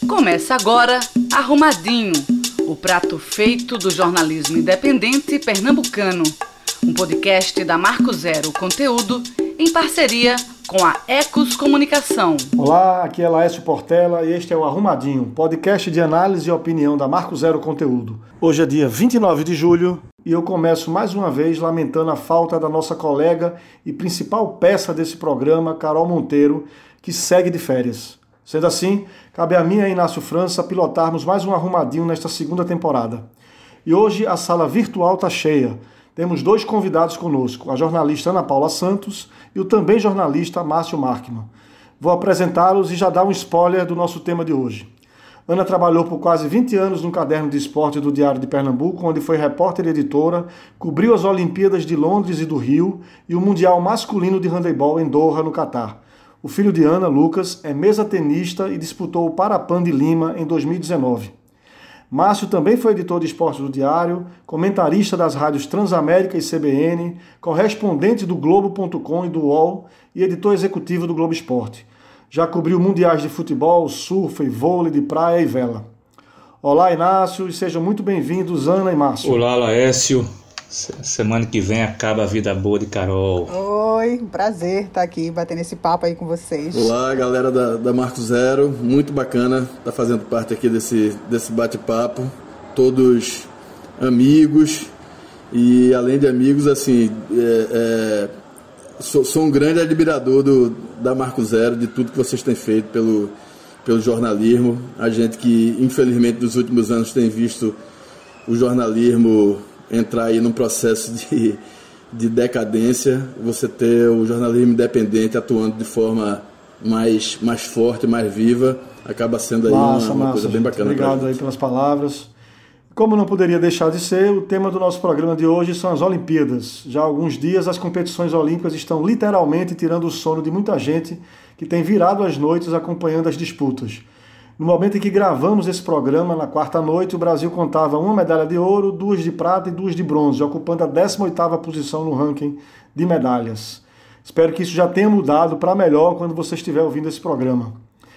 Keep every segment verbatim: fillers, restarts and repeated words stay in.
Começa agora Arrumadinho, o prato feito do jornalismo independente pernambucano. Um podcast da Marco Zero Conteúdo em parceria com a Ecos Comunicação. Olá, aqui é Laércio Portela e este é o Arrumadinho, podcast de análise e opinião da Marco Zero Conteúdo. Hoje é dia vinte e nove de julho e eu começo mais uma vez lamentando a falta da nossa colega e principal peça desse programa, Carol Monteiro, que segue de férias. Sendo assim, cabe a mim e a Inácio França pilotarmos mais um Arrumadinho nesta segunda temporada. E hoje a sala virtual está cheia. Temos dois convidados conosco, a jornalista Ana Paula Santos e o também jornalista Márcio Markman. Vou apresentá-los e já dar um spoiler do nosso tema de hoje. Ana trabalhou por quase vinte anos no caderno de esporte do Diário de Pernambuco, onde foi repórter e editora, cobriu as Olimpíadas de Londres e do Rio e o Mundial Masculino de Handebol em Doha, no Catar. O filho de Ana, Lucas, é mesa-tenista e disputou o Parapan de Lima em dois mil e dezenove. Márcio também foi editor de esportes do Diário, comentarista das rádios Transamérica e C B N, correspondente do Globo ponto com e do U O L e editor executivo do Globo Esporte. Já cobriu mundiais de futebol, surf, vôlei de praia e vela. Olá, Inácio, e sejam muito bem-vindos, Ana e Márcio. Olá, Laércio. Semana que vem acaba a vida boa de Carol. Oi, um prazer estar aqui batendo esse papo aí com vocês. Olá, galera da, da Marco Zero, muito bacana estar fazendo parte aqui desse, desse bate-papo. Todos amigos e, além de amigos, assim, é, é, sou, sou um grande admirador do, da Marco Zero, de tudo que vocês têm feito pelo, pelo jornalismo. A gente que, infelizmente, nos últimos anos tem visto o jornalismo entrar aí num processo de, de decadência, você ter o jornalismo independente atuando de forma mais, mais forte, mais viva, acaba sendo aí massa, uma, uma massa, coisa bem gente. bacana. Obrigado aí pelas palavras. Como não poderia deixar de ser, o tema do nosso programa de hoje são as Olimpíadas. Já há alguns dias as competições olímpicas estão literalmente tirando o sono de muita gente que tem virado as noites acompanhando as disputas. No momento em que gravamos esse programa, na quarta noite, o Brasil contava uma medalha de ouro, duas de prata e duas de bronze, ocupando a décima oitava posição no ranking de medalhas. Espero que isso já tenha mudado para melhor quando você estiver ouvindo esse programa.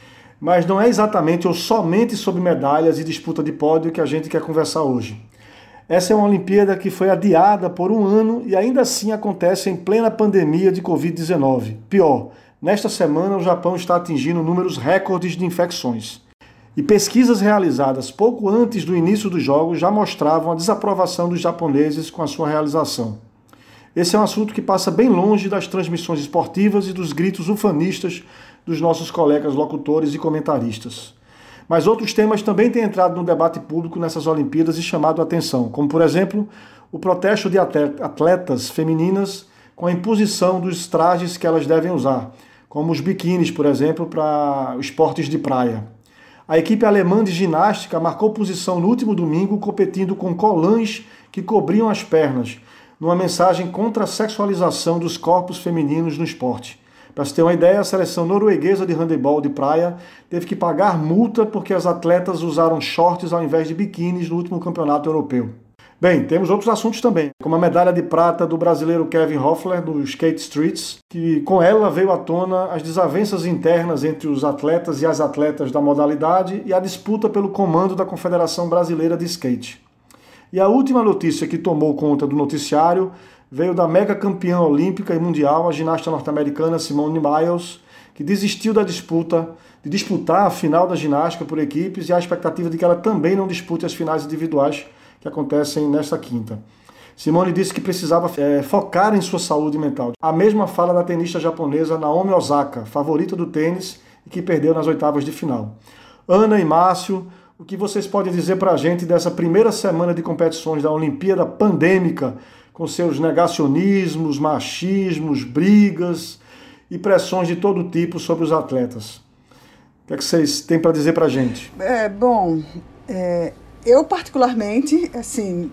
Mas não é exatamente ou somente sobre medalhas e disputa de pódio que a gente quer conversar hoje. Essa é uma Olimpíada que foi adiada por um ano e ainda assim acontece em plena pandemia de covid dezenove. Pior, nesta semana o Japão está atingindo números recordes de infecções. E pesquisas realizadas pouco antes do início dos Jogos já mostravam a desaprovação dos japoneses com a sua realização. Esse é um assunto que passa bem longe das transmissões esportivas e dos gritos ufanistas dos nossos colegas locutores e comentaristas. Mas outros temas também têm entrado no debate público nessas Olimpíadas e chamado a atenção, como, por exemplo, o protesto de atletas femininas com a imposição dos trajes que elas devem usar, como os biquínis, por exemplo, para esportes de praia. A equipe alemã de ginástica marcou posição no último domingo, competindo com colãs que cobriam as pernas, numa mensagem contra a sexualização dos corpos femininos no esporte. Para se ter uma ideia, a seleção norueguesa de handebol de praia teve que pagar multa porque as atletas usaram shorts ao invés de biquínis no último campeonato europeu. Bem, temos outros assuntos também, como a medalha de prata do brasileiro Kevin Hoffler, do Skate Streets, que com ela veio à tona as desavenças internas entre os atletas e as atletas da modalidade e a disputa pelo comando da Confederação Brasileira de Skate. E a última notícia que tomou conta do noticiário veio da mega campeã olímpica e mundial, a ginasta norte-americana Simone Biles, que desistiu da disputa, de disputar a final da ginástica por equipes e há a expectativa de que ela também não dispute as finais individuais que acontecem nesta quinta. Simone disse que precisava é, focar em sua saúde mental. A mesma fala da tenista japonesa Naomi Osaka, favorita do tênis e que perdeu nas oitavas de final. Ana e Márcio, o que vocês podem dizer para a gente dessa primeira semana de competições da Olimpíada pandêmica, com seus negacionismos, machismos, brigas e pressões de todo tipo sobre os atletas? O que é que vocês têm para dizer para a gente? É, bom, é... Eu, particularmente, assim,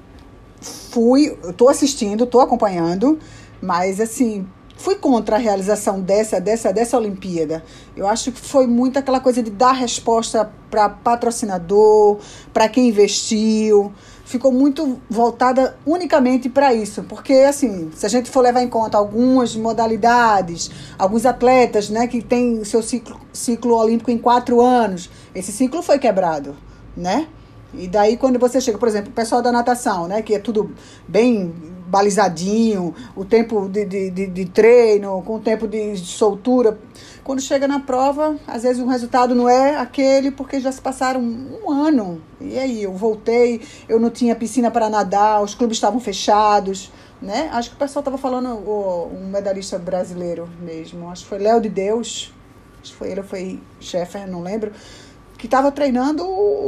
fui, estou assistindo, estou acompanhando, mas, assim, fui contra a realização dessa, dessa, dessa Olimpíada. Eu acho que foi muito aquela coisa de dar resposta para patrocinador, para quem investiu. ficou muito voltada unicamente para isso, porque assim, se a gente for levar em conta algumas modalidades, alguns atletas, né, que têm seu ciclo, ciclo olímpico em quatro anos, esse ciclo foi quebrado, né? E daí quando você chega, por exemplo, o pessoal da natação, né, que é tudo bem balizadinho, o tempo de, de, de, de treino, com o tempo de soltura, quando chega na prova, às vezes o resultado não é aquele, porque já se passaram um ano. E aí, eu voltei, eu não tinha piscina para nadar, os clubes estavam fechados, né? Acho que o pessoal estava falando, o, um medalhista brasileiro mesmo, acho que foi Léo de Deus, acho que foi ele ou foi Scheffer, não lembro, que estava treinando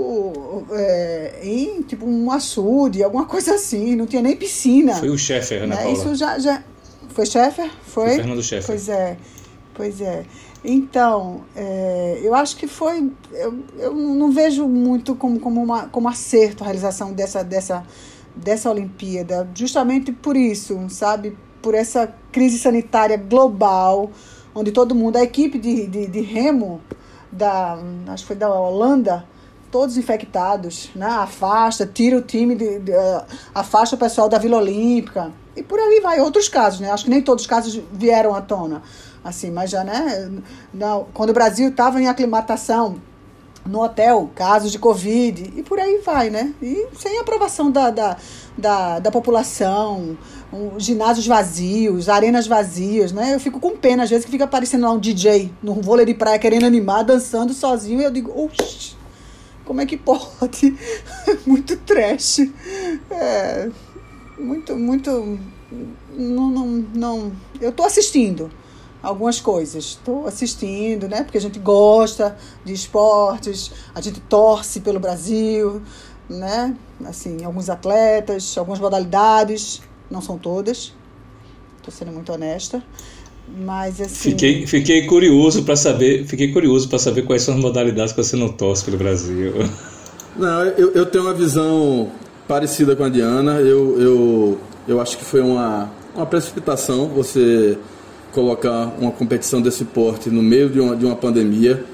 é, em tipo um açude, alguma coisa assim, não tinha nem piscina. Foi o Scheffer, Ana né? Paula. Isso já, já... Foi Scheffer? Foi? Foi Fernando Scheffer. Pois é. Pois é. Então, é, eu acho que foi... Eu, eu não vejo muito como, como, uma, como acerto a realização dessa, dessa, dessa Olimpíada, justamente por isso, sabe? Por essa crise sanitária global, onde todo mundo... A equipe de, de, de remo, da, acho que foi da Holanda, todos infectados, né? Afasta, tira o time, de, de, afasta o pessoal da Vila Olímpica, e por aí vai. Outros casos, né? Acho que nem todos os casos vieram à tona. Assim, mas já, né, não, quando o Brasil estava em aclimatação no hotel, casos de Covid, e por aí vai, né? E sem aprovação da, da, da, da população, um, ginásios vazios, arenas vazias, né? Eu fico com pena, às vezes, que fica aparecendo lá um D J no vôlei de praia querendo animar, dançando sozinho, e eu digo, oxi, como é que pode? Muito trash. É, muito, muito... Não, não, não... Eu tô assistindo algumas coisas, estou assistindo, né? Porque a gente gosta de esportes, a gente torce pelo Brasil, né? Assim, alguns atletas, algumas modalidades, não são todas, estou sendo muito honesta, mas assim... Fiquei, fiquei curioso para saber, fiquei curioso para saber quais são as modalidades que você não torce pelo Brasil. Não, eu, eu tenho uma visão parecida com a Diana. Eu, eu, eu acho que foi uma, uma precipitação você colocar uma competição desse porte no meio de uma, de uma pandemia,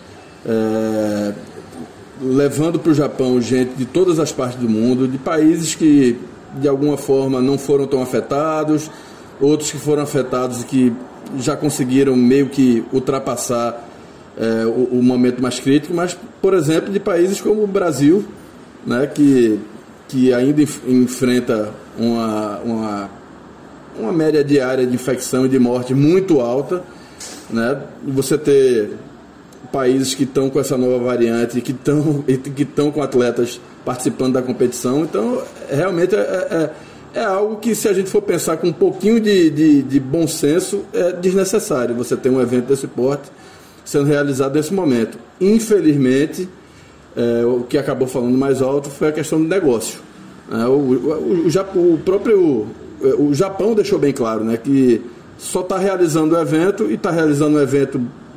é, levando para o Japão gente de todas as partes do mundo, de países que de alguma forma não foram tão afetados, outros que foram afetados e que já conseguiram meio que ultrapassar é, o, o momento mais crítico, mas, por exemplo, de países como o Brasil, né, que, que ainda enf- enfrenta uma... uma uma média diária de infecção e de morte muito alta, né? Você ter países que estão com essa nova variante, que estão que estão com atletas participando da competição, então realmente é, é, é algo que, se a gente for pensar com um pouquinho de, de, de bom senso, é desnecessário você ter um evento desse porte sendo realizado nesse momento. Infelizmente, é, o que acabou falando mais alto foi a questão do negócio, né? o, o, o, o próprio O Japão deixou bem claro, né, que só está realizando o evento, e está realizando o evento,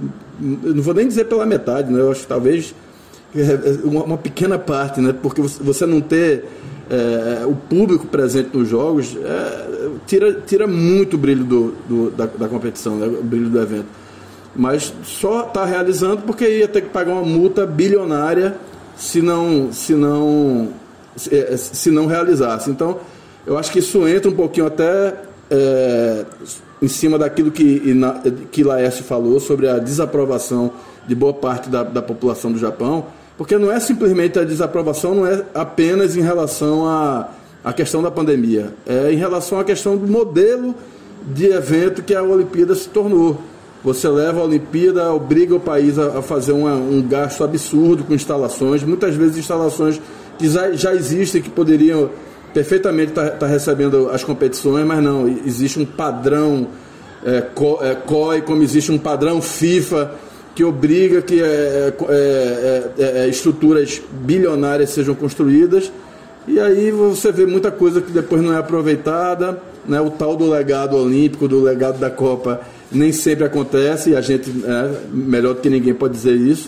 eu não vou nem dizer pela metade, né, eu acho que talvez uma, uma pequena parte, né, porque você não ter é, o público presente nos jogos é, tira, tira muito o brilho do, do, da, da competição, né, o brilho do evento. Mas só está realizando porque ia ter que pagar uma multa bilionária se não, se não, se, se não realizasse. Então, eu acho que isso entra um pouquinho até é, em cima daquilo que, que Laércio falou sobre a desaprovação de boa parte da, da população do Japão, porque não é simplesmente a desaprovação, não é apenas em relação à, à questão da pandemia, é em relação à questão do modelo de evento que a Olimpíada se tornou. Você leva a Olimpíada, obriga o país a, a fazer uma, um gasto absurdo com instalações, muitas vezes instalações que já, já existem, que poderiam perfeitamente está tá recebendo as competições, mas não, existe um padrão é, co, é, C O I, como existe um padrão FIFA que obriga que é, é, é, é, estruturas bilionárias sejam construídas, e aí você vê muita coisa que depois não é aproveitada, né? O tal do legado olímpico, do legado da Copa, nem sempre acontece, e a gente, é, melhor do que ninguém pode dizer isso,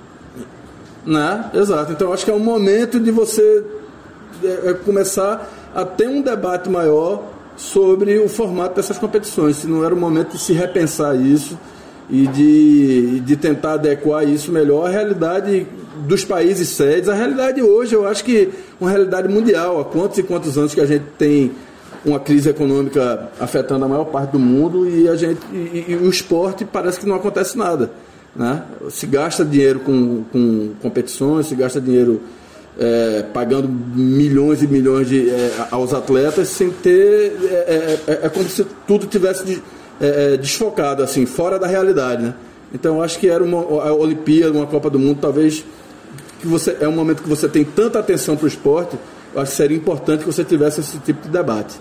né? Exato, então acho que é um momento de você É começar a ter um debate maior sobre o formato dessas competições, se não era o momento de se repensar isso e de, de tentar adequar isso melhor à realidade dos países sedes. A realidade hoje, eu acho que uma realidade mundial. Há quantos e quantos anos que a gente tem uma crise econômica afetando a maior parte do mundo e, a gente, e, e o esporte parece que não acontece nada, né? Se gasta dinheiro com, com competições, se gasta dinheiro é, pagando milhões e milhões de, é, aos atletas sem ter... É, é, é como se tudo tivesse de, é, desfocado, assim, fora da realidade, né? Então eu acho que era uma a Olimpíada, uma Copa do Mundo, talvez que você, é um momento que você tem tanta atenção para o esporte, eu acho que seria importante que você tivesse esse tipo de debate.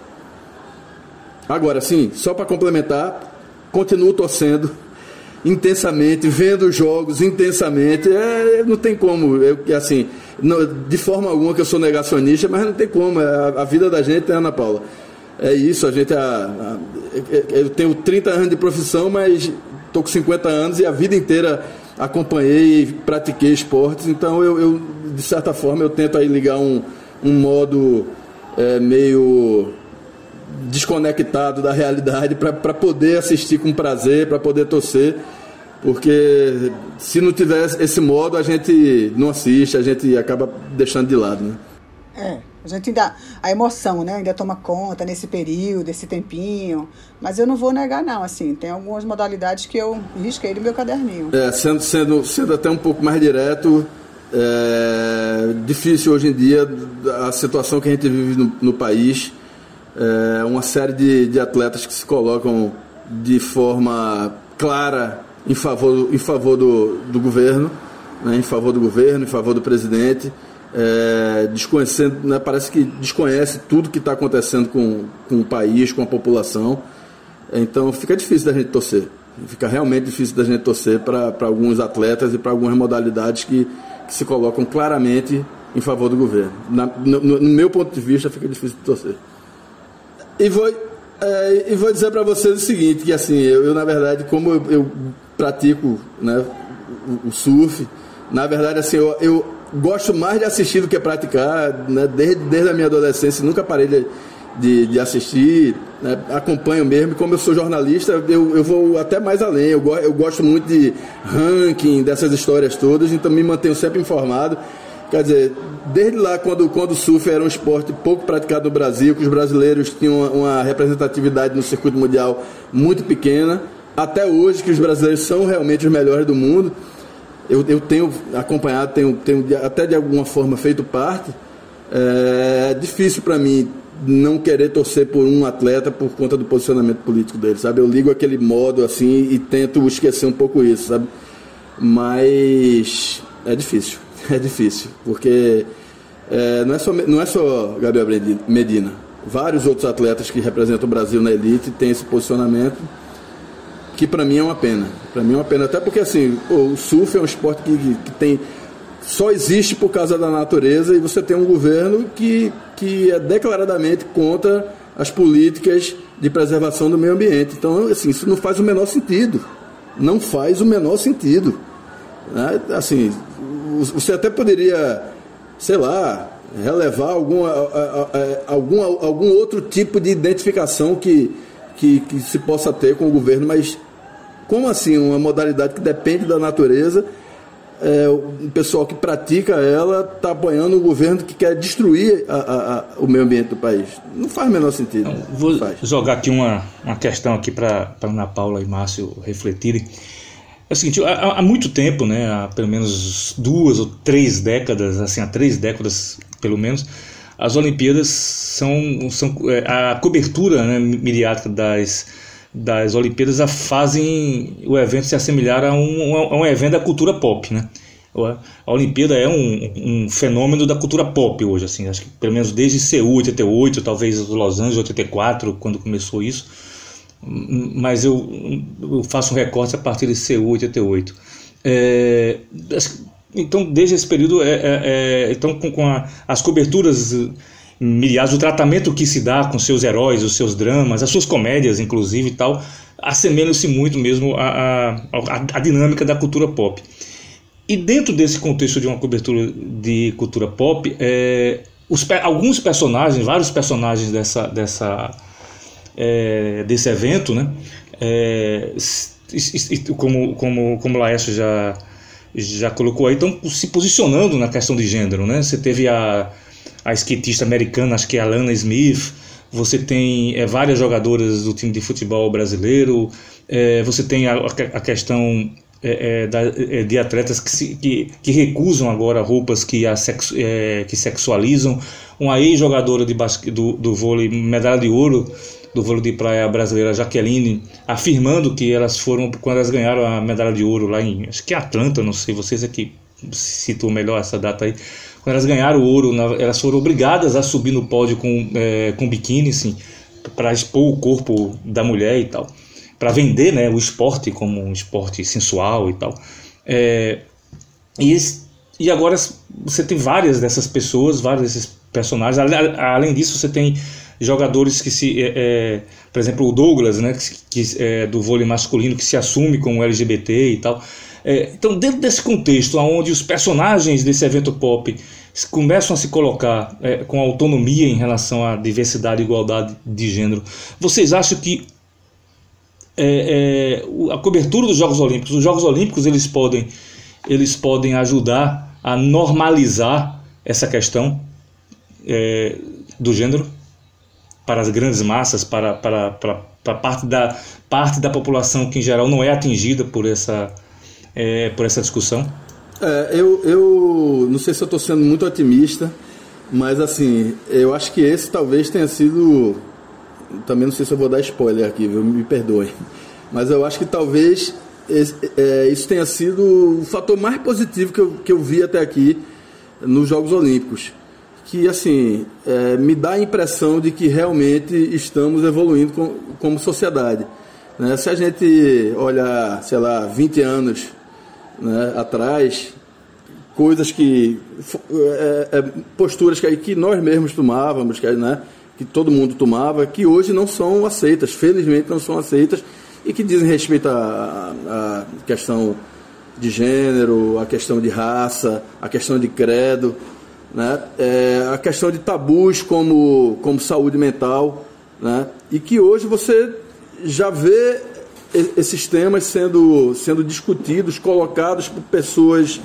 Agora, sim, só para complementar, continuo torcendo intensamente, vendo os jogos intensamente, é, não tem como, eu, assim, não, de forma alguma que eu sou negacionista, mas não tem como, a, a vida da gente, é, Ana Paula, é isso, a gente, a, a, eu tenho trinta anos de profissão, mas estou com cinquenta anos e a vida inteira acompanhei e pratiquei esportes, então eu, eu, de certa forma, eu tento aí ligar um, um modo é, meio desconectado da realidade para poder assistir com prazer, para poder torcer, porque se não tiver esse modo a gente não assiste, a gente acaba deixando de lado, né? É, a gente ainda, a emoção, né, ainda toma conta nesse período, esse tempinho, mas eu não vou negar não, assim, tem algumas modalidades que eu risquei no meu caderninho. É, sendo, sendo, sendo até um pouco mais direto, é difícil hoje em dia a situação que a gente vive no, no país. É uma série de, de atletas que se colocam de forma clara em favor, em favor do, do governo, né, em favor do governo, em favor do presidente, é, desconhecendo, né, parece que desconhece tudo que está acontecendo com, com o país, com a população. Então fica difícil da gente torcer, fica realmente difícil da gente torcer para alguns atletas e para algumas modalidades que, que se colocam claramente em favor do governo. Na, no, no meu ponto de vista, fica difícil de torcer. E vou, é, e vou dizer para vocês o seguinte, que assim, eu, eu na verdade, como eu, eu pratico, né, o, o surf, na verdade, assim, eu, eu gosto mais de assistir do que praticar, né, desde, desde a minha adolescência, nunca parei de, de, de assistir, né, acompanho mesmo, e como eu sou jornalista, eu, eu vou até mais além, eu, go, eu gosto muito de ranking, dessas histórias todas, então me mantenho sempre informado. Quer dizer, desde lá, quando, quando o surf era um esporte pouco praticado no Brasil, que os brasileiros tinham uma, uma representatividade no circuito mundial muito pequena, até hoje, que os brasileiros são realmente os melhores do mundo, eu, eu tenho acompanhado, tenho, tenho até de alguma forma feito parte. É difícil para mim não querer torcer por um atleta por conta do posicionamento político dele, sabe? Eu ligo aquele modo assim e tento esquecer um pouco isso, sabe? Mas é difícil. É difícil, porque é, não, é só, não é só Gabriel Medina. Vários outros atletas que representam o Brasil na elite têm esse posicionamento, que para mim é uma pena. Para mim é uma pena, até porque assim, pô, o surf é um esporte que, que tem, só existe por causa da natureza, e você tem um governo que, que é declaradamente contra as políticas de preservação do meio ambiente. Então, assim, isso não faz o menor sentido. Não faz o menor sentido. Né? Assim, você até poderia, sei lá, relevar algum, algum, algum outro tipo de identificação que, que, que se possa ter com o governo, mas como assim uma modalidade que depende da natureza, é, o pessoal que pratica ela está apoiando um governo que quer destruir a, a, a, o meio ambiente do país? Não faz o menor sentido. Não, vou faz. jogar aqui uma, uma questão aqui para Ana Paula e Márcio refletirem. É o seguinte, há, há muito tempo, né, há pelo menos duas ou três décadas, assim, há três décadas pelo menos, as Olimpíadas são, são a cobertura, né, midiática das, das Olimpíadas a fazem o evento se assemelhar a um, a um evento da cultura pop, né? A Olimpíada é um, um fenômeno da cultura pop hoje, assim, acho que pelo menos desde Seul oitenta e oito, talvez Los Angeles oitenta e quatro, quando começou isso, mas eu, eu faço um recorte a partir de Seul oitenta e oito. É, então, desde esse período, é, é, é, então, com, com a, as coberturas midiáticas, o tratamento que se dá com seus heróis, os seus dramas, as suas comédias, inclusive, e tal, assemelham-se muito mesmo à, à, à dinâmica da cultura pop. E dentro desse contexto de uma cobertura de cultura pop, é, os, alguns personagens, vários personagens dessa, dessa, é, desse evento, né, é, como, como, como Laércio já, já colocou aí, estão se posicionando na questão de gênero, né? Você teve a, a skatista americana, acho que é a Alana Smith, você tem é, várias jogadoras do time de futebol brasileiro, é, você tem a, a questão é, é, da, é, de atletas que, se, que, que recusam agora roupas que, a sexu, é, que sexualizam. Uma ex-jogadora de basque, do, do vôlei, medalha de ouro do vôlei de praia brasileira, Jaqueline, afirmando que elas foram, quando elas ganharam a medalha de ouro lá em, acho que em Atlanta, não sei, vocês aqui citam melhor essa data aí, quando elas ganharam o ouro, elas foram obrigadas a subir no pódio com, é, com biquíni, assim, para expor o corpo da mulher e tal, para vender, né, o esporte como um esporte sensual e tal. É, e, e agora você tem várias dessas pessoas, vários desses personagens. Além disso, você tem jogadores que se, é, é, por exemplo, o Douglas, né, que, que é do vôlei masculino, que se assume como L G B T e tal. É, então, dentro desse contexto, onde os personagens desse evento pop começam a se colocar é, com autonomia em relação à diversidade e igualdade de gênero, vocês acham que é, é, a cobertura dos Jogos Olímpicos, os Jogos Olímpicos, eles podem, eles podem ajudar a normalizar essa questão é, do gênero para as grandes massas, para, para, para, para parte, da, parte da população que em geral não é atingida por essa, é, por essa discussão? É, eu, eu não sei se eu estou sendo muito otimista, mas assim, eu acho que esse talvez tenha sido, também não sei se eu vou dar spoiler aqui, viu? Me perdoem, mas eu acho que talvez esse, é, isso tenha sido o fator mais positivo que eu, que eu vi até aqui nos Jogos Olímpicos, que assim, é, me dá a impressão de que realmente estamos evoluindo com, como sociedade, né? Se a gente olhar, sei lá, vinte anos, né, atrás, coisas que é, é, posturas que, que nós mesmos tomávamos, que, né, que todo mundo tomava, que hoje não são aceitas, felizmente não são aceitas, e que dizem respeito à, à questão de gênero, a questão de raça, a questão de credo, né, é, a questão de tabus como, como saúde mental, né, e que hoje você já vê esses temas sendo, sendo discutidos, colocados por pessoas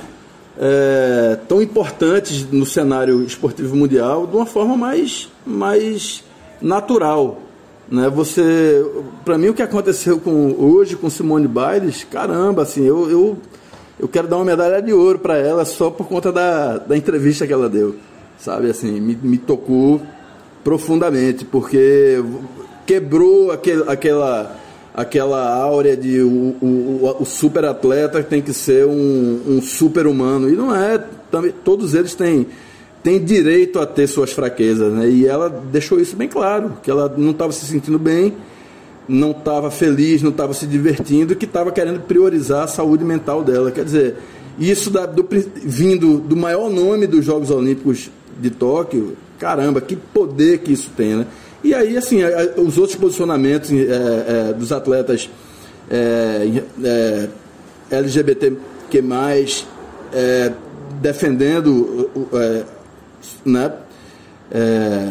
é, tão importantes no cenário esportivo mundial de uma forma mais, mais natural, né? Você, para mim, o que aconteceu com, hoje com Simone Biles, caramba, assim, eu, eu, eu quero dar uma medalha de ouro para ela só por conta da, da entrevista que ela deu, sabe, assim, me, me tocou profundamente, porque quebrou aquele, aquela aquela áurea de o, o, o super atleta tem que ser um, um super humano, e não é, também, todos eles têm, têm direito a ter suas fraquezas, né? E ela deixou isso bem claro, que ela não estava se sentindo bem, não estava feliz, não estava se divertindo, que estava querendo priorizar a saúde mental dela. Quer dizer, isso da, do, vindo do maior nome dos Jogos Olímpicos de Tóquio, caramba, que poder que isso tem, né? E aí, assim, os outros posicionamentos é, é, dos atletas é, é, L G B T Q mais, é, defendendo é, né, é,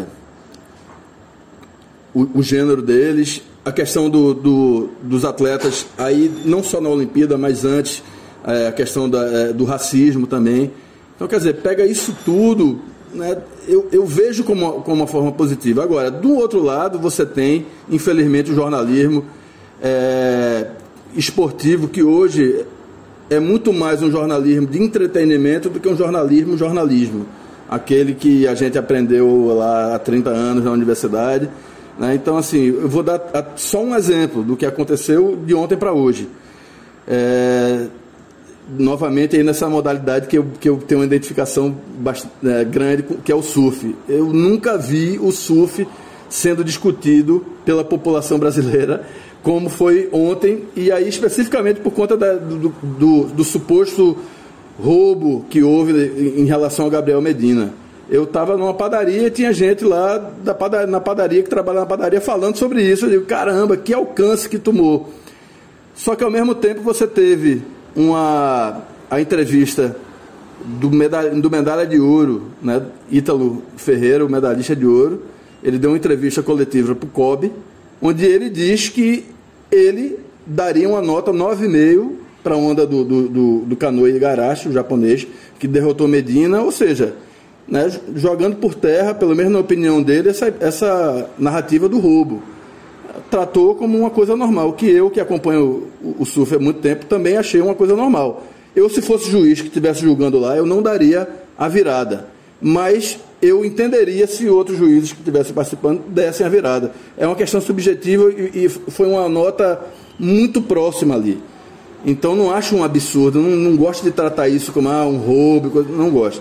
o, o gênero deles, a questão do, do, dos atletas, aí não só na Olimpíada, mas antes, é, a questão da, é, do racismo também. Então, quer dizer, pega isso tudo, né, eu, eu vejo como, como uma forma positiva. Agora, do outro lado, você tem, infelizmente, o jornalismo é, esportivo, que hoje é muito mais um jornalismo de entretenimento do que um jornalismo jornalismo, aquele que a gente aprendeu lá há trinta anos na universidade, né? Então, assim, eu vou dar só um exemplo do que aconteceu de ontem para hoje. É, novamente aí nessa modalidade que eu, que eu tenho uma identificação bastante, é, grande, que é o surf. Eu nunca vi o surf sendo discutido pela população brasileira como foi ontem, e aí especificamente por conta da, do, do, do suposto roubo que houve em relação ao Gabriel Medina. Eu estava numa padaria e tinha gente lá da padaria, na padaria, que trabalha na padaria, falando sobre isso. Eu digo, caramba, que alcance que tomou. Só que ao mesmo tempo você teve uma, a entrevista do medalha, do medalha de ouro, né, Ítalo Ferreira, o medalhista de ouro. Ele deu uma entrevista coletiva para o Kobe, onde ele diz que ele daria uma nota nove vírgula cinco para a onda do, do, do, do Kanoe Igarashi, o japonês, que derrotou Medina, ou seja, né, jogando por terra, pelo menos na opinião dele, essa, essa narrativa do roubo. Tratou como uma coisa normal, que eu, que acompanho o, o surf há muito tempo, também achei uma coisa normal. Eu, se fosse juiz que estivesse julgando lá, eu não daria a virada. Mas eu entenderia se outros juízes que estivessem participando dessem a virada. É uma questão subjetiva e, e foi uma nota muito próxima ali. Então não acho um absurdo, não, não gosto de tratar isso como ah, um roubo, coisa, não gosto.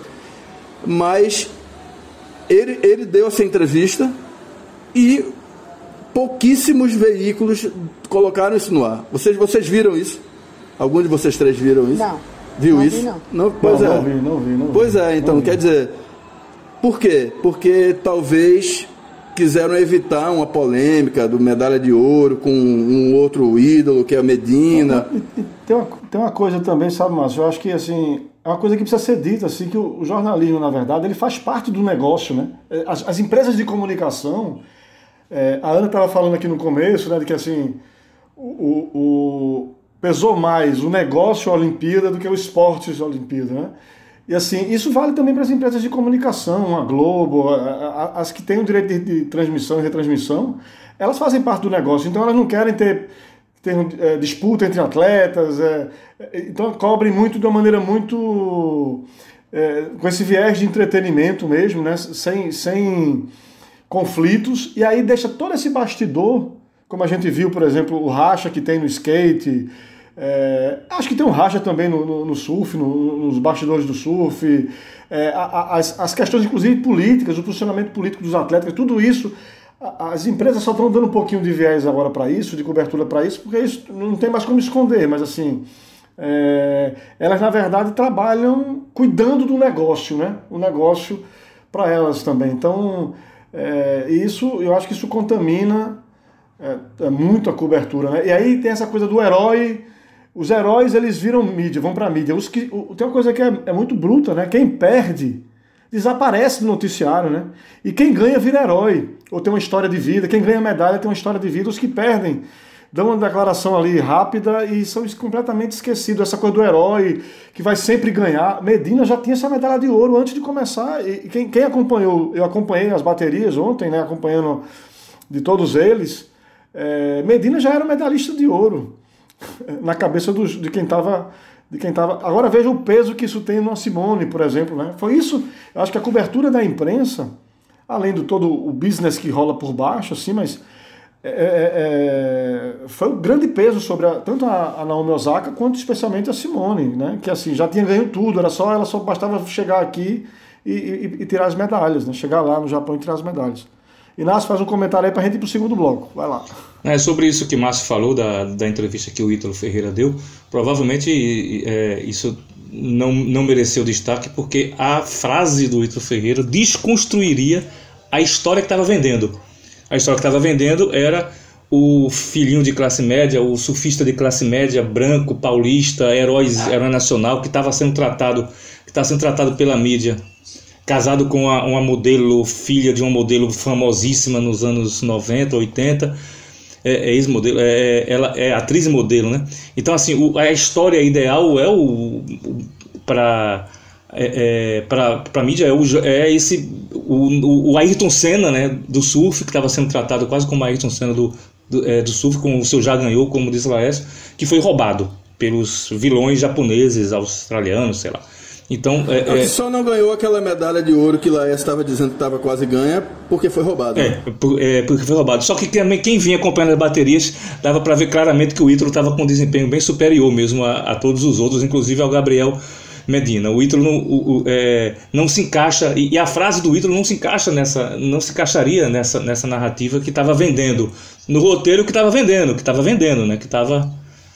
Mas ele, ele deu essa entrevista e pouquíssimos veículos colocaram isso no ar. Vocês, vocês viram isso? Algum de vocês três viram isso? Não. Viu não isso? Vi, não. não. Pois não, é. Não vi, não vi, não vi. Pois é, então, quer dizer, por quê? Porque talvez quiseram evitar uma polêmica do medalha de ouro com um outro ídolo, que é a Medina. E, e tem, uma, tem uma coisa também, sabe, Márcio? Eu acho que, assim, é uma coisa que precisa ser dita, assim, que o, o jornalismo, na verdade, ele faz parte do negócio, né? As, as empresas de comunicação, é, a Ana estava falando aqui no começo, né, de que, assim, o, o, pesou mais o negócio Olimpíada do que o esporte Olimpíada, né? E assim, isso vale também para as empresas de comunicação, a Globo, a, a, as que têm o direito de, de transmissão e retransmissão, elas fazem parte do negócio, então elas não querem ter, ter é, disputa entre atletas, é, então cobrem muito de uma maneira muito, é, com esse viés de entretenimento mesmo, né? sem, sem conflitos, e aí deixa todo esse bastidor, como a gente viu, por exemplo, o racha que tem no skate. É, acho que tem um racha também no, no, no surf, no, nos bastidores do surf, é, as, as questões inclusive políticas, o posicionamento político dos atletas, tudo isso, as empresas só estão dando um pouquinho de viés agora para isso, de cobertura para isso, porque isso não tem mais como esconder, mas assim, é, elas na verdade trabalham cuidando do negócio, né? O negócio para elas também. Então, é, isso, eu acho que isso contamina é, é muito a cobertura, né? E aí tem essa coisa do herói. Os heróis, eles viram mídia, vão pra mídia. Os que, o, tem uma coisa que é, é muito bruta, né? Quem perde, desaparece do noticiário, né? E quem ganha vira herói, ou tem uma história de vida. Quem ganha medalha tem uma história de vida. Os que perdem dão uma declaração ali rápida e são completamente esquecidos. Essa coisa do herói, que vai sempre ganhar. Medina já tinha essa medalha de ouro antes de começar. E quem, quem acompanhou, eu acompanhei as baterias ontem, né? Acompanhando de todos eles. É, Medina já era medalhista de ouro na cabeça dos, de quem estava de quem estava. Agora veja o peso que isso tem no Simone, por exemplo, né? Foi isso. Eu acho que a cobertura da imprensa, além do todo o business que rola por baixo, assim, mas é, é, foi um grande peso sobre a, tanto a, a Naomi Osaka quanto especialmente a Simone, né? Que assim já tinha ganho tudo, era só ela só bastava chegar aqui e, e, e tirar as medalhas, né? Chegar lá no Japão e tirar as medalhas. Inácio, faz um comentário aí pra gente ir pro segundo bloco. Vai lá. É, sobre isso que o Márcio falou, da, da entrevista que o Ítalo Ferreira deu, provavelmente é, isso não, não mereceu destaque, porque a frase do Ítalo Ferreira desconstruiria a história que estava vendendo. A história que estava vendendo era o filhinho de classe média, o surfista de classe média, branco, paulista, herói, herói nacional, que estava sendo tratado, que está sendo tratado pela mídia, casado com uma, uma modelo, filha de uma modelo famosíssima nos anos noventa, oitenta, é, é ex-modelo, é, ela é atriz e modelo, né? Então, assim, o, a história ideal é o, o para é, é, para a mídia é, o, é esse o, o Ayrton Senna, né, do surf, que estava sendo tratado quase como o Ayrton Senna do, do, é, do surf, como o seu já ganhou, como disse Laércio, que foi roubado pelos vilões japoneses, australianos, sei lá. Então, é, é, que só não ganhou aquela medalha de ouro que Laércio estava dizendo que estava quase ganha porque foi roubado. É, né? é, porque foi roubado. Só que também quem vinha acompanhando as baterias dava para ver claramente que o Ítalo estava com um desempenho bem superior mesmo a, a todos os outros, inclusive ao Gabriel Medina. O Ítalo não, o, o, é, não se encaixa, e, e a frase do Ítalo não se encaixa nessa, não se encaixaria nessa, nessa narrativa que estava vendendo, no roteiro que estava vendendo, que estava vendendo, né? Que estava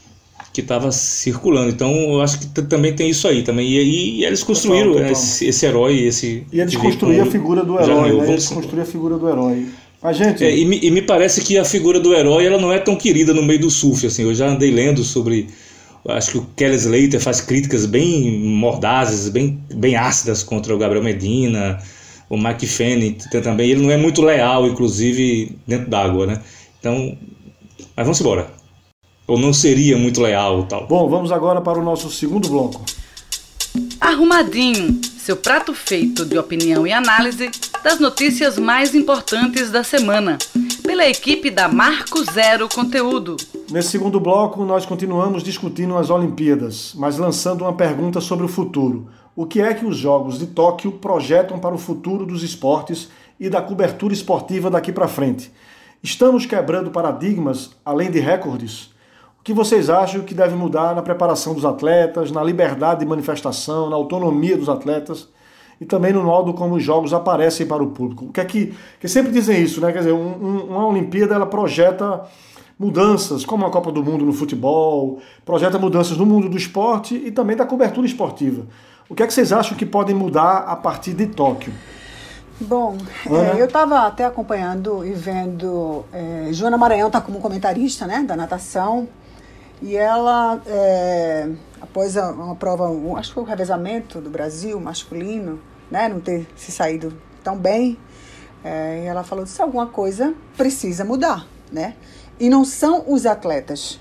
que estava circulando. Então eu acho que t- também tem isso aí também. E, e eles construíram total, total. Esse, esse herói, esse. E eles construíram a figura do herói, né? Eles construíram a figura do herói. Mas, gente... É, e, me, e me parece que a figura do herói ela não é tão querida no meio do surf. Assim, eu já andei lendo sobre. Acho que o Kelly Slater faz críticas bem mordazes, bem, bem ácidas contra o Gabriel Medina, o Mike Fanning também. Ele não é muito leal, inclusive, dentro d'água, né? Então, mas vamos embora. ou não seria muito leal tal. Bom, vamos agora para o nosso segundo bloco. Arrumadinho, seu prato feito de opinião e análise das notícias mais importantes da semana, pela equipe da Marco Zero Conteúdo. Nesse segundo bloco, nós continuamos discutindo as Olimpíadas, mas lançando uma pergunta sobre o futuro. O que é que os Jogos de Tóquio projetam para o futuro dos esportes e da cobertura esportiva daqui para frente? Estamos quebrando paradigmas, além de recordes? O que vocês acham que deve mudar na preparação dos atletas, na liberdade de manifestação, na autonomia dos atletas e também no modo como os jogos aparecem para o público? O que é que, que sempre dizem isso, né? Quer dizer, um, um, uma Olimpíada ela projeta mudanças, como a Copa do Mundo no futebol, projeta mudanças no mundo do esporte e também da cobertura esportiva. O que é que vocês acham que podem mudar a partir de Tóquio? Bom, é, eu estava até acompanhando e vendo, é, Joana Maranhão está como comentarista, né, da natação, e ela, é, após a, uma prova, um, acho que foi o revezamento do Brasil masculino, né, não ter se saído tão bem, é, e ela falou que alguma coisa precisa mudar, né, e não são os atletas.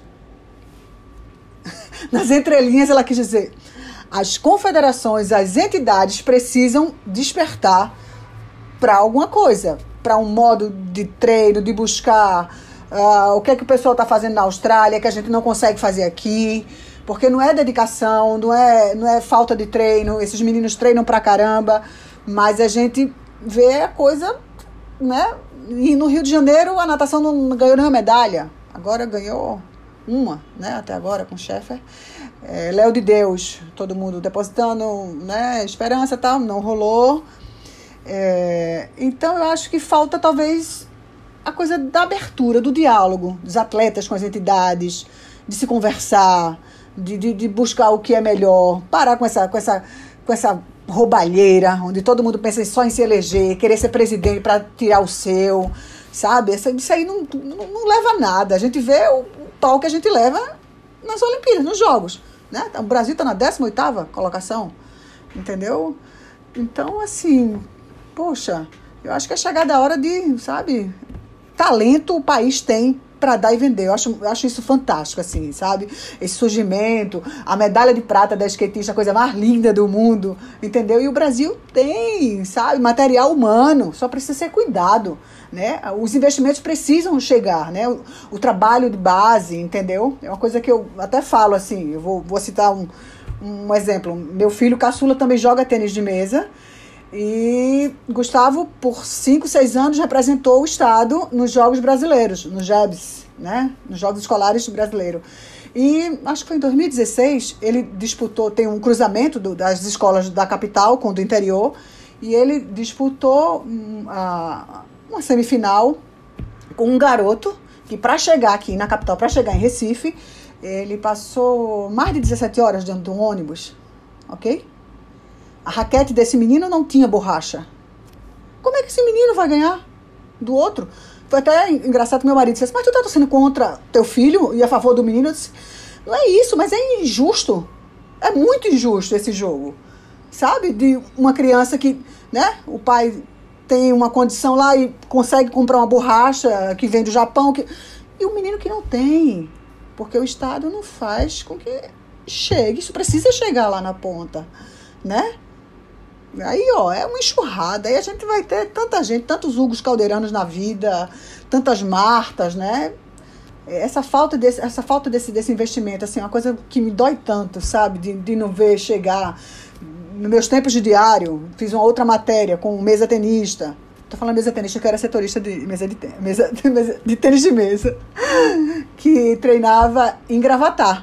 Nas entrelinhas ela quis dizer, as confederações, as entidades precisam despertar para alguma coisa, para um modo de treino, de buscar uh, o que é que o pessoal está fazendo na Austrália, que a gente não consegue fazer aqui, porque não é dedicação, não é, não é falta de treino, esses meninos treinam pra caramba, mas a gente vê a coisa, né? E no Rio de Janeiro a natação não ganhou nenhuma medalha, agora ganhou uma, né? Até agora com o Sheffer. É, Léo de Deus, todo mundo depositando, né? Esperança e tal, não rolou. É, então eu acho que falta talvez a coisa da abertura, do diálogo dos atletas com as entidades, de se conversar, de, de, de buscar o que é melhor, parar com essa, com essa, com essa roubalheira, onde todo mundo pensa só em se eleger, querer ser presidente para tirar o seu, sabe? Isso, isso aí não, não, não leva a nada. A gente vê o, o pau que a gente leva nas Olimpíadas, nos Jogos, né? O Brasil está na décima oitava colocação, entendeu? Então, assim, poxa, eu acho que é chegada a hora de, sabe, talento o país tem para dar e vender. Eu acho, eu acho isso fantástico, assim, sabe? Esse surgimento, a medalha de prata da skatista, a coisa mais linda do mundo, entendeu? E o Brasil tem, sabe, material humano, só precisa ser cuidado, né? Os investimentos precisam chegar, né? O, o trabalho de base, entendeu? É uma coisa que eu até falo, assim, eu vou, vou citar um, um exemplo. Meu filho caçula também joga tênis de mesa, e Gustavo, por cinco, seis anos, representou o estado nos Jogos Brasileiros, no J E B S, né? Nos Jogos Escolares Brasileiros. E acho que foi em dois mil e dezesseis, ele disputou, tem um cruzamento do, das escolas da capital com o do interior, e ele disputou uma, uma semifinal com um garoto que, para chegar aqui na capital, para chegar em Recife, ele passou mais de dezessete horas dentro de um ônibus, ok? A raquete desse menino não tinha borracha. Como é que esse menino vai ganhar do outro? Foi até engraçado que meu marido disse assim, mas tu tá torcendo contra teu filho e a favor do menino? Eu disse, não é isso, mas é injusto. É muito injusto esse jogo. Sabe? De uma criança que, né, o pai tem uma condição lá e consegue comprar uma borracha que vem do Japão. Que... E o menino que não tem. Porque o Estado não faz com que chegue. Isso precisa chegar lá na ponta, né? Aí, ó, é uma enxurrada. Aí a gente vai ter tanta gente, tantos Hugos Caldeiranos na vida, tantas Martas, né? Essa falta desse, essa falta desse, desse investimento, assim, é uma coisa que me dói tanto, sabe? De, de não ver chegar. Nos meus tempos de diário, fiz uma outra matéria com um mesa tenista. Tô falando mesa tenista, eu era setorista de mesa de, mesa, de, mesa, de tênis de mesa, que treinava em Gravatar.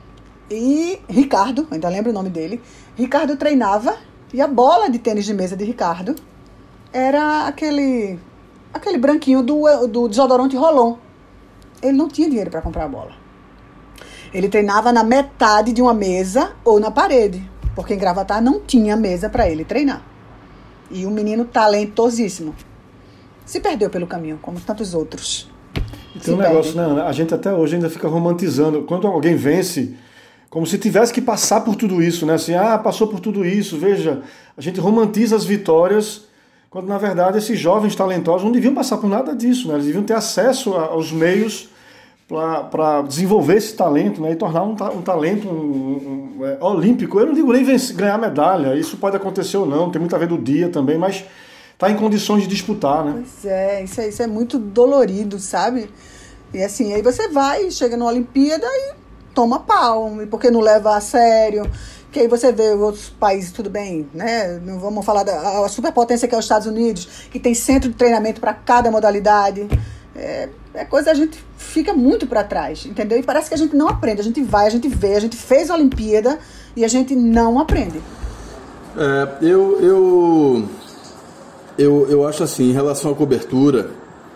E Ricardo, ainda lembro o nome dele, Ricardo treinava. E a bola de tênis de mesa de Ricardo era aquele, aquele branquinho do, do desodorante Rolon. Ele não tinha dinheiro para comprar a bola. Ele treinava na metade de uma mesa ou na parede, porque em Gravatar não tinha mesa para ele treinar. E um menino talentosíssimo. Se perdeu pelo caminho, como tantos outros. E tem um negócio, né, Ana? A gente até hoje ainda fica romantizando. Quando alguém vence... Como se tivesse que passar por tudo isso, né? Assim, ah, passou por tudo isso, veja, a gente romantiza as vitórias, quando na verdade esses jovens talentosos não deviam passar por nada disso, né? Eles deviam ter acesso aos meios para desenvolver esse talento, né, e tornar um, um talento um, um, é, olímpico. Eu não digo nem vencer, ganhar medalha, isso pode acontecer ou não, tem muito a ver do dia também, mas está em condições de disputar, né? Pois é, isso é, isso é muito dolorido, sabe? E assim, aí você vai, chega na Olimpíada e toma pau, porque não leva a sério. Que aí você vê outros países, tudo bem, né? Não vamos falar da a superpotência que é os Estados Unidos, que tem centro de treinamento para cada modalidade. É, é coisa, a gente fica muito para trás, entendeu? E parece que a gente não aprende, a gente vai, a gente vê, a gente fez a Olimpíada e a gente não aprende. É, eu, eu, eu, eu acho assim, em relação à cobertura,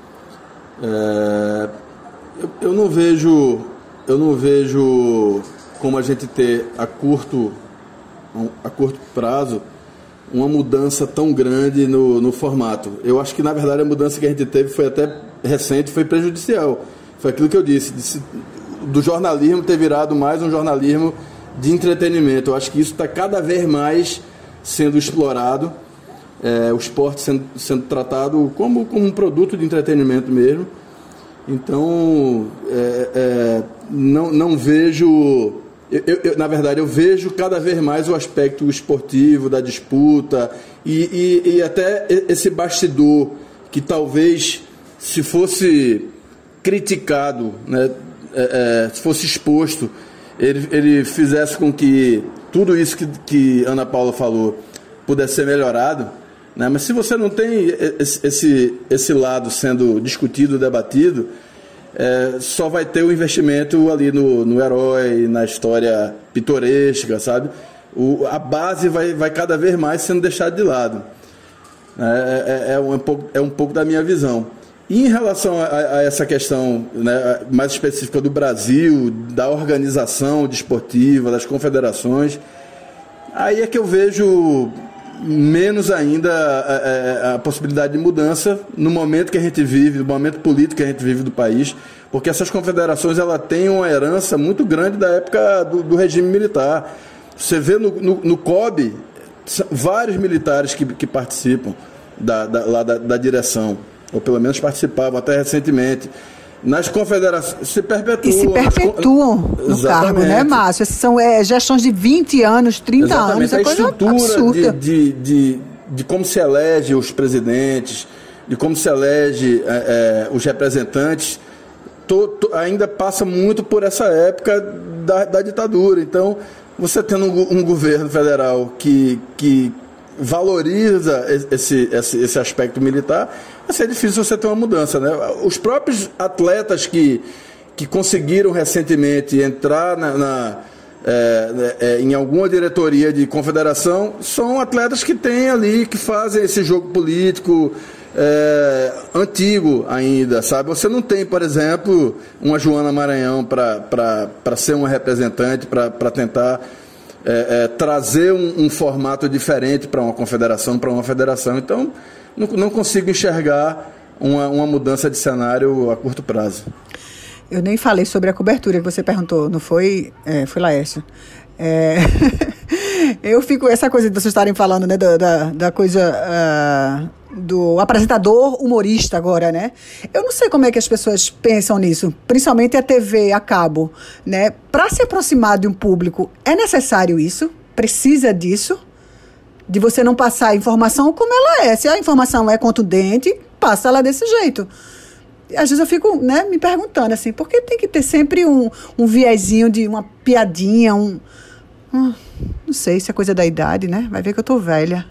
é, eu, eu não vejo, eu não vejo como a gente ter a curto, a curto prazo uma mudança tão grande no, no formato. Eu acho que, na verdade, a mudança que a gente teve foi até recente, foi prejudicial. Foi aquilo que eu disse, disse do jornalismo ter virado mais um jornalismo de entretenimento. Eu acho que isso está cada vez mais sendo explorado, é, o esporte sendo, sendo tratado como, como um produto de entretenimento mesmo. Então, é, é, não, não vejo... Eu, eu, na verdade, eu vejo cada vez mais o aspecto esportivo, da disputa, e, e, e até esse bastidor que talvez, se fosse criticado, né, é, é, se fosse exposto, ele, ele fizesse com que tudo isso que, que Ana Paula falou pudesse ser melhorado, né? Mas se você não tem esse, esse, esse lado sendo discutido, debatido, É, só vai ter o investimento ali no, no herói, na história pitoresca, sabe? O, a base vai, vai cada vez mais sendo deixada de lado. É, é, é, um, pouco, é um pouco da minha visão. E em relação a, a essa questão, né, mais específica do Brasil, da organização desportiva, das confederações, aí é que eu vejo menos ainda a, a, a possibilidade de mudança no momento que a gente vive, no momento político que a gente vive do país, porque essas confederações ela têm uma herança muito grande da época do, do regime militar. Você vê no, no, no C O B vários militares que, que participam da, da, lá da, da direção, ou pelo menos participavam até recentemente. Nas confederações se perpetuam. E se perpetuam nas... no Exatamente. Cargo, né, Márcio? São é, gestões de vinte anos, trinta Exatamente. anos. É a coisa estrutura absurda. De, de, de, de como se elege os presidentes, de como se elege é, é, os representantes, to, to, ainda passa muito por essa época da, da ditadura. Então, você tendo um, um governo federal que, que valoriza esse, esse, esse aspecto militar, vai ser difícil você ter uma mudança, né? Os próprios atletas que, que conseguiram recentemente entrar na, na, é, é, em alguma diretoria de confederação são atletas que têm ali, que fazem esse jogo político é, antigo ainda, sabe? Você não tem, por exemplo, uma Joana Maranhão para ser uma representante, para tentar É, é, trazer um, um formato diferente para uma confederação, para uma federação. Então, não, não consigo enxergar uma, uma mudança de cenário a curto prazo. Eu nem falei sobre a cobertura que você perguntou, não foi, é, foi Laércio. É, eu fico, essa coisa de vocês estarem falando, né, da, da, da coisa uh, do apresentador humorista agora, né? Eu não sei como é que as pessoas pensam nisso, principalmente a T V a cabo, né? Para se aproximar de um público, é necessário isso? Precisa disso? De você não passar a informação como ela é. Se a informação é contundente, passa ela desse jeito. Às vezes eu fico, né, me perguntando assim, por que tem que ter sempre um, um viezinho de uma piadinha, um... Hum, não sei se é coisa da idade, né? Vai ver que eu tô velha.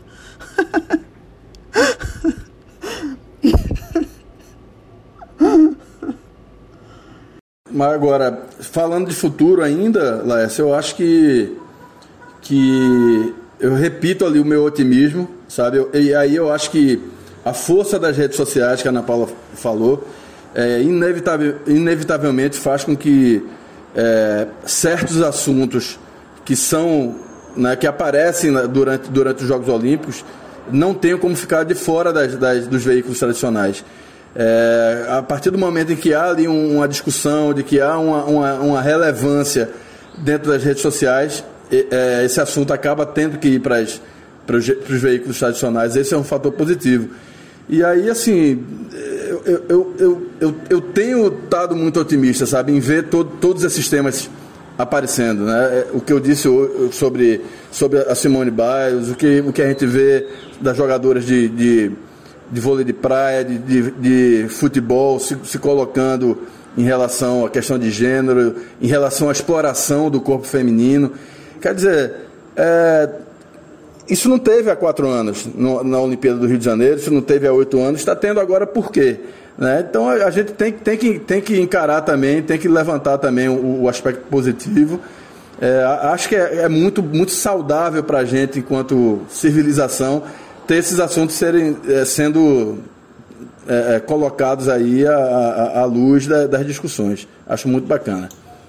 Mas agora, falando de futuro ainda, Laércio, eu acho que, que eu repito ali o meu otimismo, sabe? Eu, e aí eu acho que a força das redes sociais, que a Ana Paula falou, é, inevitavel, inevitavelmente faz com que é, certos assuntos que são, né, que aparecem durante, durante os Jogos Olímpicos não tenham como ficar de fora das, das, dos veículos tradicionais. É, a partir do momento em que há ali uma discussão, de que há uma, uma, uma relevância dentro das redes sociais, é, esse assunto acaba tendo que ir para, as, para, os, para os veículos tradicionais. Esse é um fator positivo. E aí, assim, eu, eu, eu, eu, eu tenho estado muito otimista, sabe, em ver to, todos esses temas aparecendo, né? O que eu disse sobre, sobre a Simone Biles, o que, o que a gente vê das jogadoras de, de, de vôlei de praia, de, de, de futebol, se, se colocando em relação à questão de gênero, em relação à exploração do corpo feminino. Quer dizer, é, isso não teve há quatro anos no, na Olimpíada do Rio de Janeiro, isso não teve há oito anos, está tendo agora por quê? Né? Então a gente tem, tem, que, tem que encarar também, tem que levantar também o, o aspecto positivo. É, acho que é, é muito, muito saudável para a gente, enquanto civilização, ter esses assuntos serem, é, sendo é, colocados aí à, à, à luz da, das discussões. Acho muito bacana.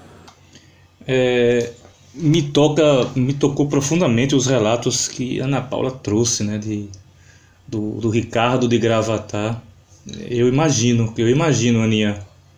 É, me, toca, me tocou profundamente os relatos que Ana Paula trouxe, né, de, do, do Ricardo de Gravatá. Eu imagino, eu imagino, Aninha.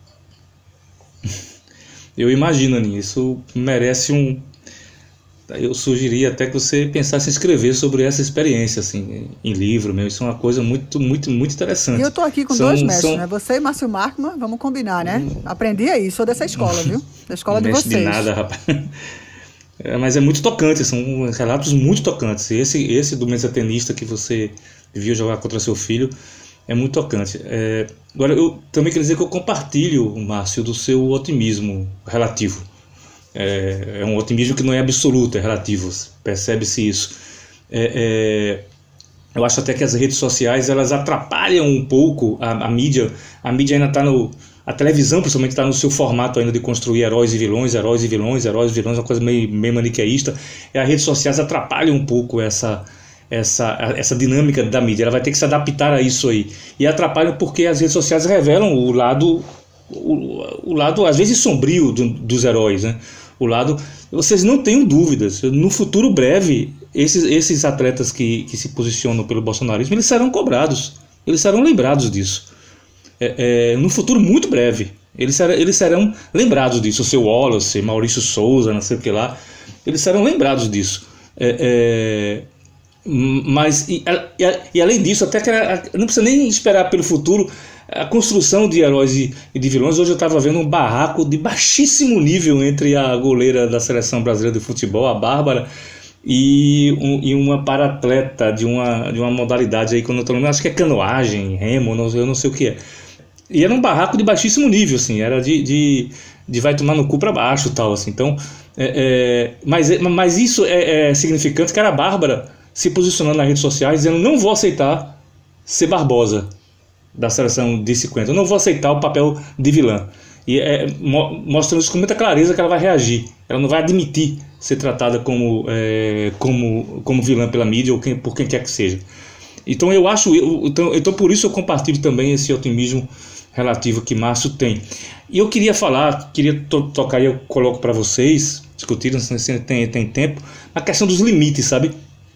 Eu imagino, Aninha. Isso merece um... Eu sugeriria até que você pensasse em escrever sobre essa experiência, assim, em livro mesmo. Isso é uma coisa muito, muito, muito interessante. E eu estou aqui com são, dois mestres, são... né? Você e Márcio Markman, vamos combinar, né? Hum. Aprendi aí, sou dessa escola, viu? Da escola de vocês. De nada, rapaz. É, mas é muito tocante, são relatos muito tocantes. Esse, esse do mesatenista que você viu jogar contra seu filho é muito tocante. É, agora, eu também queria dizer que eu compartilho, Márcio, do seu otimismo relativo. É, é um otimismo que não é absoluto, é relativo, percebe-se isso. É, é, eu acho até que as redes sociais, elas atrapalham um pouco a, a mídia. A mídia ainda está no... A televisão, principalmente, está no seu formato ainda de construir heróis e vilões, heróis e vilões, heróis e vilões, uma coisa meio, meio maniqueísta. E as redes sociais atrapalham um pouco essa... Essa, essa dinâmica da mídia. Ela vai ter que se adaptar a isso aí. E atrapalham porque as redes sociais revelam o lado, o, o lado às vezes sombrio do, dos heróis, né? O lado, vocês não tenham dúvidas, no futuro breve, esses, esses atletas que, que se posicionam pelo bolsonarismo, eles serão cobrados, eles serão lembrados disso. É, é, no futuro muito breve, eles serão, eles serão lembrados disso. O seu Wallace, Maurício Souza, não sei o que lá, eles serão lembrados disso. É, é, Mas, e, e, e além disso, até que não precisa nem esperar pelo futuro a construção de heróis e, e de vilões. Hoje eu estava vendo um barraco de baixíssimo nível entre a goleira da seleção brasileira de futebol, a Bárbara, e, um, e uma paratleta de uma, de uma modalidade aí, quando eu tô lembrando, acho que é canoagem, remo, não, eu não sei o que é. E era um barraco de baixíssimo nível, assim, era de, de, de vai tomar no cu para baixo, tal, assim. Então, é, é, mas, mas isso é, é significante que era a Bárbara se posicionando nas redes sociais, dizendo: não vou aceitar ser Barbosa da seleção de cinquenta, eu não vou aceitar o papel de vilã. E é, mostrando isso com muita clareza que ela vai reagir, ela não vai admitir ser tratada como, é, como, como vilã pela mídia ou quem, por quem quer que seja. Então eu acho, eu, então, então por isso eu compartilho também esse otimismo relativo que Márcio tem. E eu queria falar, queria to, tocar e eu coloco para vocês discutirem, se tem, tem tempo, a questão dos limites, sabe?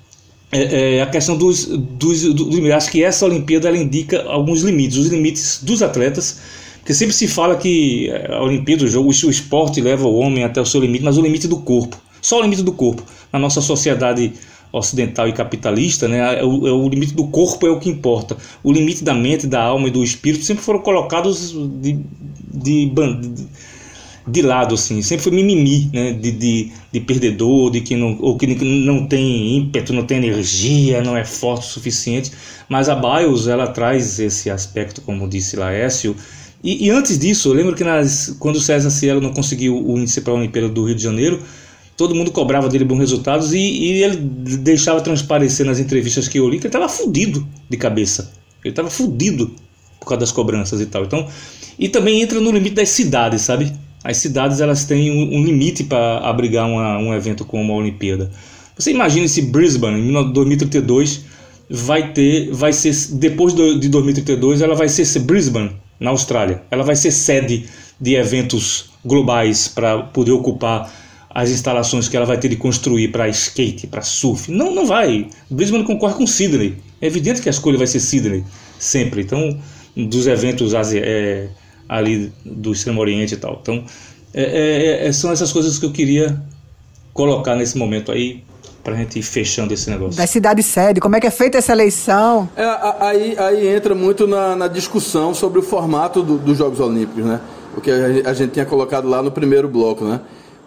É, é, a questão dos, dos, dos limites. Acho que essa Olimpíada ela indica alguns limites, os limites dos atletas, porque sempre se fala que a Olimpíada, o jogo, o esporte leva o homem até o seu limite, mas o limite do corpo, só o limite do corpo. Na nossa sociedade ocidental e capitalista, né, é o, é o limite do corpo é o que importa. O limite da mente, da alma e do espírito sempre foram colocados de, de, de, de lado, assim, sempre foi mimimi, né, de, de, de perdedor, de que não, ou que não tem ímpeto, não tem energia, não é forte o suficiente. Mas a Biles, ela traz esse aspecto, como disse Laércio. E, e antes disso, eu lembro que nas, quando o César Cielo não conseguiu o índice para a Olimpíada do Rio de Janeiro, todo mundo cobrava dele bons resultados, e, e ele deixava transparecer nas entrevistas que eu li que ele estava fudido de cabeça. Ele estava fudido por causa das cobranças e tal. Então, e também entra no limite das cidades, sabe? As cidades, elas têm um, um limite para abrigar uma, um evento como a Olimpíada. Você imagina se Brisbane, em dois mil e trinta e dois, vai ter, vai ser, depois de dois mil e trinta e dois, ela vai ser Brisbane, na Austrália. Ela vai ser sede de eventos globais para poder ocupar as instalações que ela vai ter de construir para skate, para surf. Não, não vai. Brisbane concorre com Sydney. É evidente que a escolha vai ser Sydney, sempre. Então, dos eventos é, ali do Extremo Oriente e tal. Então, é, é, são essas coisas que eu queria colocar nesse momento aí. para a gente ir fechando esse negócio. Da cidade sede, como é que é feita essa eleição? É, aí, aí entra muito na, na discussão sobre o formato do, dos Jogos Olímpicos, né? O que a, a gente tinha colocado lá no primeiro bloco, né?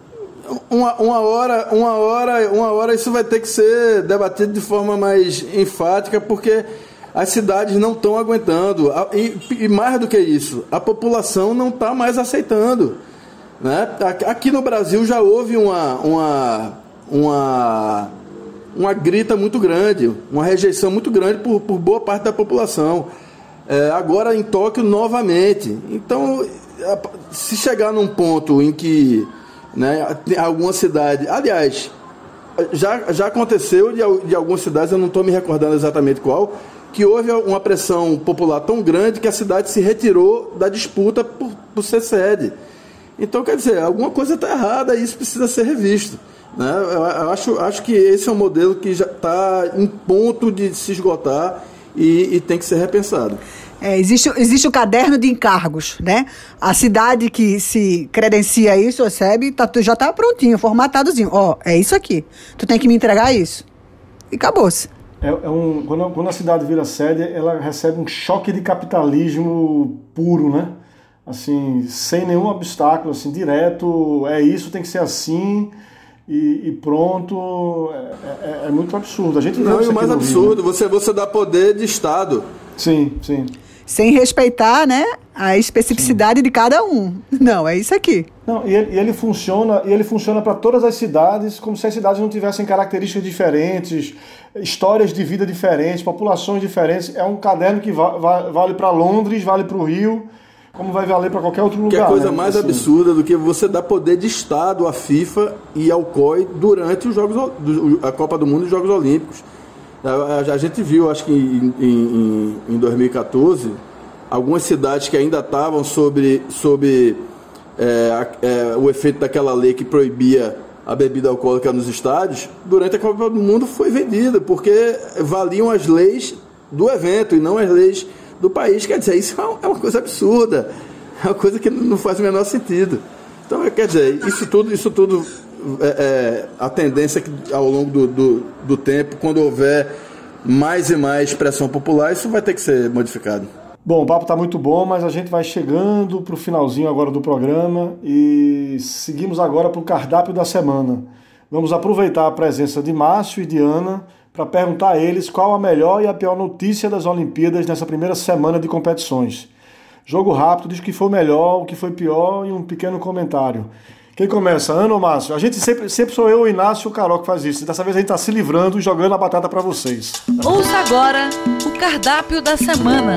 Uma, uma, hora, uma, hora, uma hora isso vai ter que ser debatido de forma mais enfática, porque as cidades não estão aguentando. E, e mais do que isso, a população não está mais aceitando, né? Aqui no Brasil já houve uma... uma uma, uma grita muito grande, uma rejeição muito grande por, por boa parte da população. É, agora em Tóquio novamente. Então, se chegar num ponto em que, né, alguma cidade... Aliás, já, já aconteceu de, de algumas cidades, eu não estou me recordando exatamente qual, que houve uma pressão popular tão grande que a cidade se retirou da disputa por, por ser sede. Então, quer dizer, alguma coisa está errada e isso precisa ser revisto. Né? Eu acho, acho que esse é um modelo que já está em ponto de se esgotar e, e tem que ser repensado. É, existe, existe o caderno de encargos, né? A cidade que se credencia isso, recebe, tá, já está prontinho, formatadozinho. Ó, é isso aqui. Tu tem que me entregar isso. E acabou-se. É, é um, quando, quando a cidade vira sede, ela recebe um choque de capitalismo puro, né? Assim, sem nenhum obstáculo, assim, direto, é isso, tem que ser assim... E, e pronto, é, é, é muito absurdo. A gente não, e o mais absurdo, Rio, né? você, você dá poder de Estado. Sim, sim. Sem respeitar, né, a especificidade, sim, de cada um. Não, é isso aqui. Não, e ele, e ele funciona, e ele funciona para todas as cidades, como se as cidades não tivessem características diferentes, histórias de vida diferentes, populações diferentes. É um caderno que va, va, vale para Londres, vale para o Rio, como vai valer para qualquer outro lugar. Que é a coisa, né, mais assim, absurda do que você dar poder de Estado à FIFA e ao C O I durante os jogos, a Copa do Mundo e os Jogos Olímpicos. A, a, a gente viu, acho que em, em, em dois mil e catorze, algumas cidades que ainda estavam sob, sob é, é, o efeito daquela lei que proibia a bebida alcoólica nos estádios, durante a Copa do Mundo foi vendida, porque valiam as leis do evento e não as leis do país. Quer dizer, isso é uma coisa absurda, é uma coisa que não faz o menor sentido. Então, quer dizer, isso tudo, isso tudo é, é a tendência que ao longo do, do, do tempo, quando houver mais e mais pressão popular, isso vai ter que ser modificado. Bom, o papo está muito bom, mas a gente vai chegando para o finalzinho agora do programa e seguimos agora para o cardápio da semana. Vamos aproveitar a presença de Márcio e de Ana para perguntar a eles qual a melhor e a pior notícia das Olimpíadas nessa primeira semana de competições. Jogo rápido, diz o que foi melhor, o que foi pior e um pequeno comentário. Quem começa, Ana ou Márcio? A gente sempre, sempre sou eu, o Inácio e o Carol que faz isso. Dessa vez a gente está se livrando e jogando a batata para vocês. Ouça agora o cardápio da semana.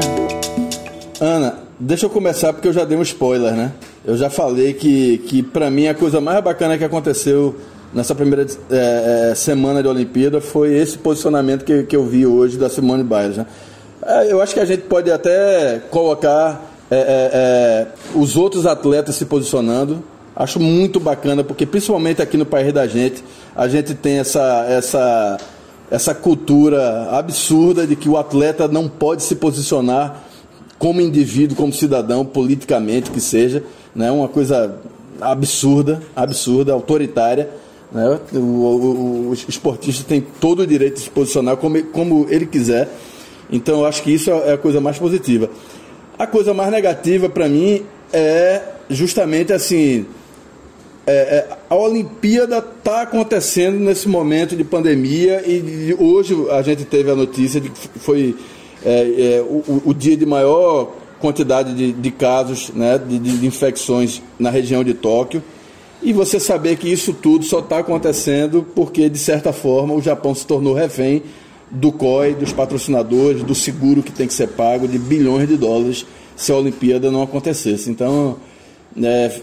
Ana, deixa eu começar porque eu já dei um spoiler, né? Eu já falei que, que para mim a coisa mais bacana que aconteceu nessa primeira é, é, semana de Olimpíada foi esse posicionamento que, que eu vi hoje da Simone Biles, né? É, eu acho que a gente pode até colocar é, é, é, os outros atletas se posicionando. Acho muito bacana, porque principalmente aqui no país da gente, a gente tem essa, essa, essa cultura absurda de que o atleta não pode se posicionar como indivíduo, como cidadão, politicamente que seja, né? Uma coisa absurda, absurda, autoritária. Né? O, o, o esportista tem todo o direito de se posicionar como, como ele quiser. Então eu acho que isso é a coisa mais positiva. A coisa mais negativa para mim é justamente assim, é, é, a Olimpíada está acontecendo nesse momento de pandemia e hoje a gente teve a notícia de que foi é, é, o, o dia de maior quantidade de, de casos, né, de, de infecções na região de Tóquio. E você saber que isso tudo só está acontecendo porque, de certa forma, o Japão se tornou refém do C O I, dos patrocinadores, do seguro que tem que ser pago de bilhões de dólares se a Olimpíada não acontecesse. Então, é,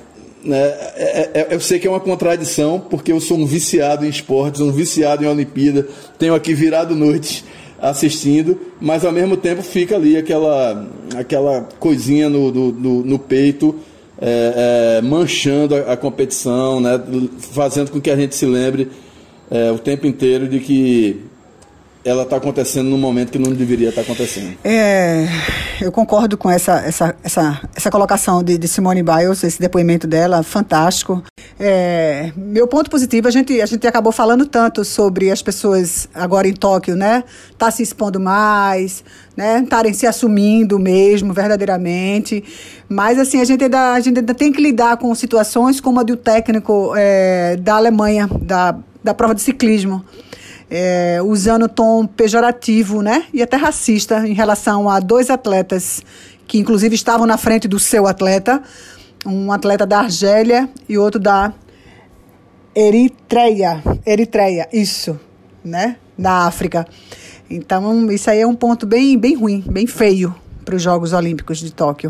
é, é, eu sei que é uma contradição, porque eu sou um viciado em esportes, um viciado em Olimpíada, tenho aqui virado noites assistindo, mas ao mesmo tempo fica ali aquela, aquela coisinha no, no, no, no peito, É, é, manchando a, a competição, né, fazendo com que a gente se lembre é, o tempo inteiro de que ela está acontecendo num momento que não deveria estar acontecendo. É, eu concordo com essa, essa, essa, essa colocação de, de Simone Biles, esse depoimento dela, fantástico. É, meu ponto positivo, a gente, a gente acabou falando tanto sobre as pessoas agora em Tóquio, né? Tá se expondo mais, né? Estarem se assumindo mesmo, verdadeiramente. Mas, assim, a gente ainda, a gente ainda tem que lidar com situações como a do técnico é, da Alemanha, da, da prova de ciclismo. É, usando tom pejorativo, né, e até racista em relação a dois atletas que inclusive estavam na frente do seu atleta, um atleta da Argélia e outro da Eritreia, Eritreia, isso, né, da África. Então isso aí é um ponto bem, bem ruim, bem feio para os Jogos Olímpicos de Tóquio.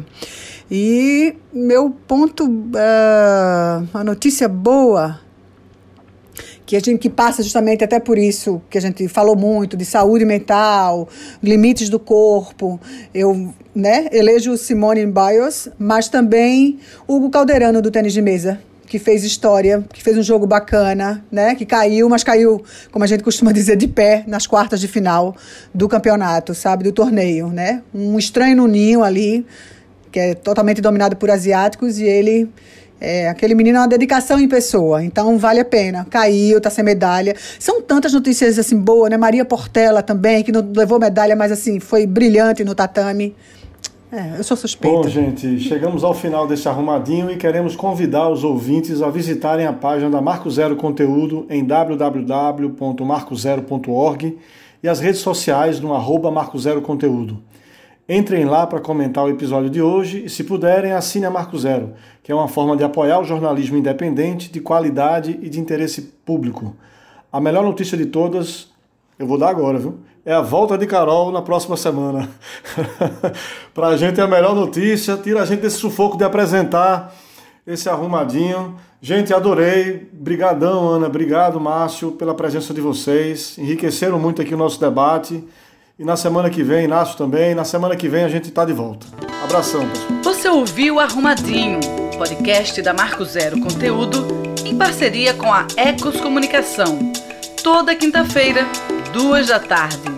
E meu ponto, uh, uma notícia boa, que a gente que passa justamente até por isso que a gente falou muito de saúde mental, limites do corpo. Eu, né, elejo Simone Biles, mas também Hugo Calderano do tênis de mesa, que fez história, que fez um jogo bacana, né, que caiu, mas caiu, como a gente costuma dizer, de pé nas quartas de final do campeonato, sabe, do torneio, né? Um estranho no ninho ali, que é totalmente dominado por asiáticos, e ele É, aquele menino é uma dedicação em pessoa, então vale a pena. Caiu, tá sem medalha. São tantas notícias assim boas, né? Maria Portela também, que não levou medalha, mas assim, foi brilhante no tatame. É, eu sou suspeita. Bom, gente, chegamos ao final desse arrumadinho e queremos convidar os ouvintes a visitarem a página da Marco Zero Conteúdo em w w w ponto marco zero ponto org e as redes sociais no arroba Marco Zero Conteúdo. Entrem lá para comentar o episódio de hoje e, se puderem, assine a Marco Zero, que é uma forma de apoiar o jornalismo independente, de qualidade e de interesse público. A melhor notícia de todas, eu vou dar agora, viu? É a volta de Carol na próxima semana. Para a gente é a melhor notícia, tira a gente desse sufoco de apresentar esse arrumadinho. Gente, adorei. Brigadão, Ana. Obrigado, Márcio, pela presença de vocês. Enriqueceram muito aqui o nosso debate. E na semana que vem, Inácio também, na semana que vem a gente está de volta. Abração, pessoal. Você ouviu Arrumadinho, podcast da Marco Zero Conteúdo, em parceria com a Ecos Comunicação. Toda quinta-feira, duas da tarde.